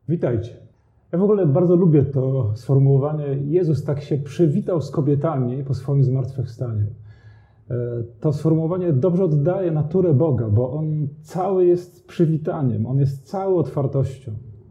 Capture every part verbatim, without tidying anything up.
Witajcie. Ja w ogóle bardzo lubię to sformułowanie Jezus tak się przywitał z kobietami po swoim zmartwychwstaniu. To sformułowanie dobrze oddaje naturę Boga, bo On cały jest przywitaniem, On jest cały otwartością.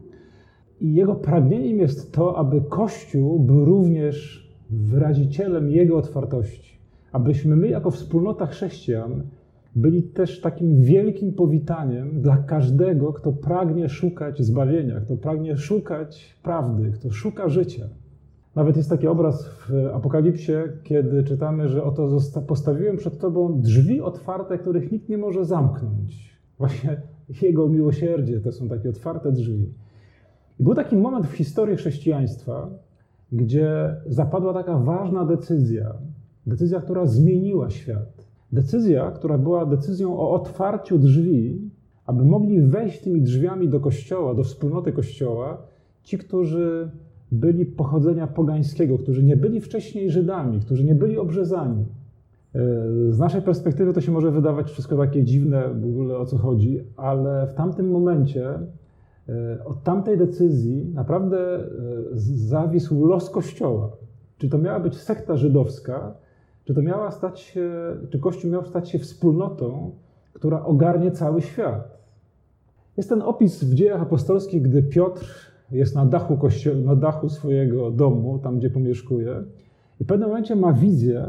I Jego pragnieniem jest to, aby Kościół był również wyrazicielem Jego otwartości. Abyśmy my jako wspólnota chrześcijan byli też takim wielkim powitaniem dla każdego, kto pragnie szukać zbawienia, kto pragnie szukać prawdy, kto szuka życia. Nawet jest taki obraz w Apokalipsie, kiedy czytamy, że oto postawiłem przed Tobą drzwi otwarte, których nikt nie może zamknąć. Właśnie Jego miłosierdzie to są takie otwarte drzwi. I był taki moment w historii chrześcijaństwa, gdzie zapadła taka ważna decyzja, decyzja, która zmieniła świat. Decyzja, która była decyzją o otwarciu drzwi, aby mogli wejść tymi drzwiami do Kościoła, do wspólnoty Kościoła, ci, którzy byli pochodzenia pogańskiego, którzy nie byli wcześniej Żydami, którzy nie byli obrzezani. Z naszej perspektywy to się może wydawać wszystko takie dziwne, w ogóle o co chodzi, ale w tamtym momencie, od tamtej decyzji naprawdę zawisł los Kościoła. Czy to miała być sekta żydowska, czy to miała stać się, czy Kościół miał stać się wspólnotą, która ogarnie cały świat. Jest ten opis w Dziejach Apostolskich, gdy Piotr jest na dachu, kościo- na dachu swojego domu, tam gdzie pomieszkuje, i w pewnym momencie ma wizję,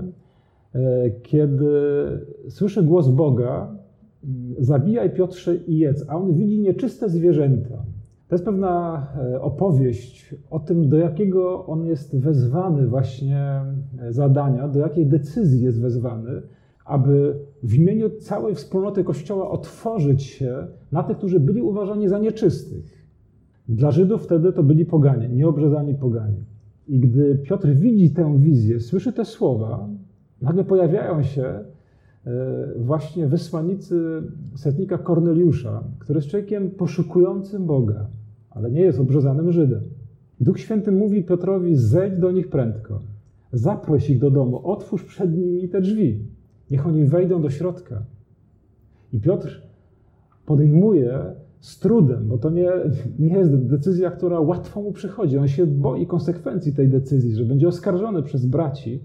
kiedy słyszy głos Boga: zabijaj, Piotrze, i jedz, a on widzi nieczyste zwierzęta. To jest pewna opowieść o tym, do jakiego on jest wezwany właśnie zadania, do jakiej decyzji jest wezwany, aby w imieniu całej wspólnoty Kościoła otworzyć się na tych, którzy byli uważani za nieczystych. Dla Żydów wtedy to byli poganie, nieobrzezani poganie. I gdy Piotr widzi tę wizję, słyszy te słowa, nagle pojawiają się właśnie wysłannicy setnika Korneliusza, który jest człowiekiem poszukującym Boga, ale nie jest obrzezanym Żydem. Duch Święty mówi Piotrowi: zejdź do nich prędko, zaproś ich do domu, otwórz przed nimi te drzwi, niech oni wejdą do środka. I Piotr podejmuje z trudem, bo to nie, nie jest decyzja, która łatwo mu przychodzi. On się boi konsekwencji tej decyzji, że będzie oskarżony przez braci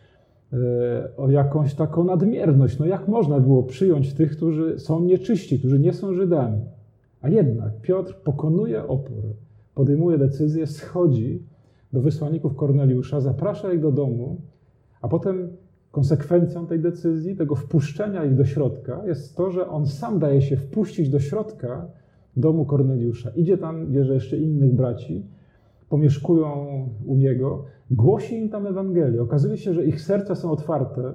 o jakąś taką nadmierność. No jak można było przyjąć tych, którzy są nieczyści, którzy nie są Żydami? A jednak Piotr pokonuje opór, podejmuje decyzję, schodzi do wysłanników Korneliusza, zaprasza ich do domu, a potem konsekwencją tej decyzji, tego wpuszczenia ich do środka jest to, że on sam daje się wpuścić do środka domu Korneliusza. Idzie tam, bierze jeszcze innych braci, pomieszkują u niego, głosi im tam Ewangelię. Okazuje się, że ich serca są otwarte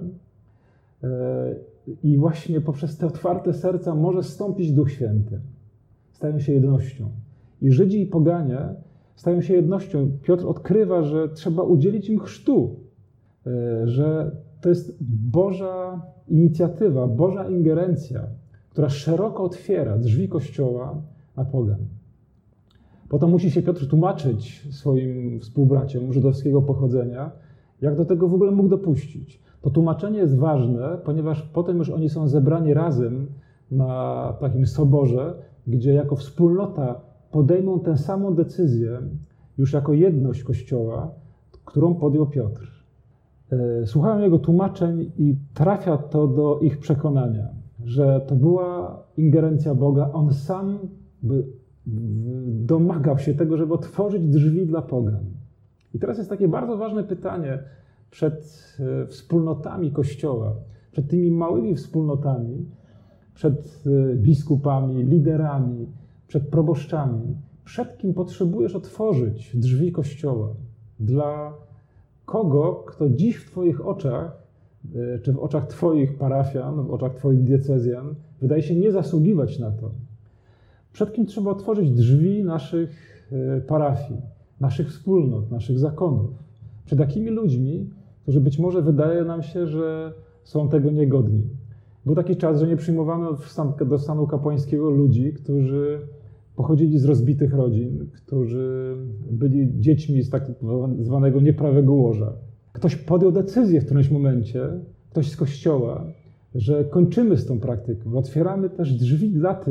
i właśnie poprzez te otwarte serca może zstąpić Duch Święty. Stają się jednością. I Żydzi i poganie stają się jednością. Piotr odkrywa, że trzeba udzielić im chrztu, że to jest Boża inicjatywa, Boża ingerencja, która szeroko otwiera drzwi Kościoła na pogan. Potem musi się Piotr tłumaczyć swoim współbraciom żydowskiego pochodzenia, jak do tego w ogóle mógł dopuścić. To tłumaczenie jest ważne, ponieważ potem już oni są zebrani razem na takim soborze, gdzie jako wspólnota podejmą tę samą decyzję, już jako jedność Kościoła, którą podjął Piotr. Słuchałem jego tłumaczeń i trafia to do ich przekonania, że to była ingerencja Boga. On sam by domagał się tego, żeby otworzyć drzwi dla pogan. I teraz jest takie bardzo ważne pytanie przed wspólnotami Kościoła, przed tymi małymi wspólnotami, przed biskupami, liderami, przed proboszczami. Przed kim potrzebujesz otworzyć drzwi Kościoła? Dla kogo, kto dziś w Twoich oczach, czy w oczach Twoich parafian, w oczach Twoich diecezjan, wydaje się nie zasługiwać na to? Przed kim trzeba otworzyć drzwi naszych parafii, naszych wspólnot, naszych zakonów? Przed takimi ludźmi, którzy być może wydaje nam się, że są tego niegodni. Był taki czas, że nie przyjmowano do stanu kapłańskiego ludzi, którzy pochodzili z rozbitych rodzin, którzy byli dziećmi z tak zwanego nieprawego łoża. Ktoś podjął decyzję w którymś momencie, ktoś z Kościoła, że kończymy z tą praktyką. Otwieramy też drzwi dla tych,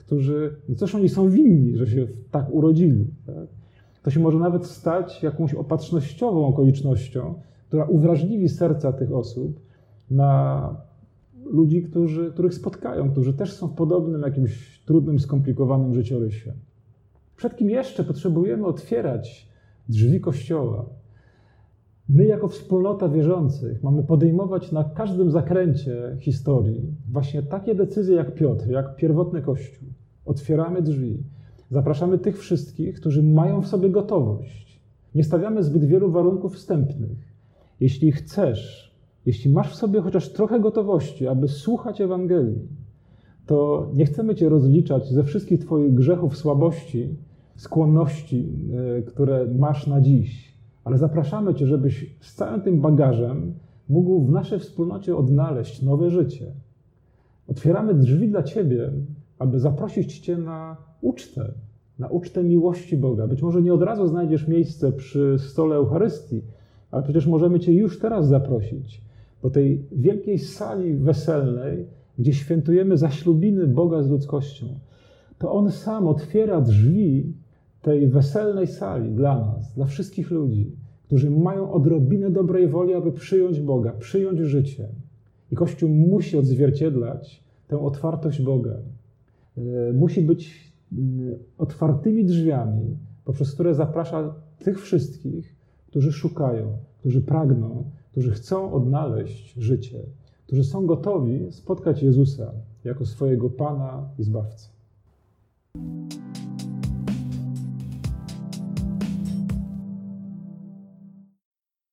którzy, no cóż oni są winni, że się tak urodzili. Tak? To się może nawet stać jakąś opatrznościową okolicznością, która uwrażliwi serca tych osób na ludzi, którzy, których spotkają, którzy też są w podobnym jakimś trudnym, skomplikowanym życiorysie. Przed kim jeszcze potrzebujemy otwierać drzwi Kościoła? My jako wspólnota wierzących mamy podejmować na każdym zakręcie historii właśnie takie decyzje jak Piotr, jak pierwotny Kościół. Otwieramy drzwi. Zapraszamy tych wszystkich, którzy mają w sobie gotowość. Nie stawiamy zbyt wielu warunków wstępnych. Jeśli chcesz, jeśli masz w sobie chociaż trochę gotowości, aby słuchać Ewangelii, to nie chcemy cię rozliczać ze wszystkich twoich grzechów, słabości, skłonności, które masz na dziś. Ale zapraszamy cię, żebyś z całym tym bagażem mógł w naszej wspólnocie odnaleźć nowe życie. Otwieramy drzwi dla ciebie, aby zaprosić cię na ucztę, na ucztę miłości Boga. Być może nie od razu znajdziesz miejsce przy stole Eucharystii, ale przecież możemy cię już teraz zaprosić do tej wielkiej sali weselnej, gdzie świętujemy zaślubiny Boga z ludzkością. To On sam otwiera drzwi tej weselnej sali dla nas, dla wszystkich ludzi, którzy mają odrobinę dobrej woli, aby przyjąć Boga, przyjąć życie. I Kościół musi odzwierciedlać tę otwartość Boga. Musi być otwartymi drzwiami, poprzez które zaprasza tych wszystkich, którzy szukają, którzy pragną, którzy chcą odnaleźć życie, którzy są gotowi spotkać Jezusa jako swojego Pana i Zbawcę.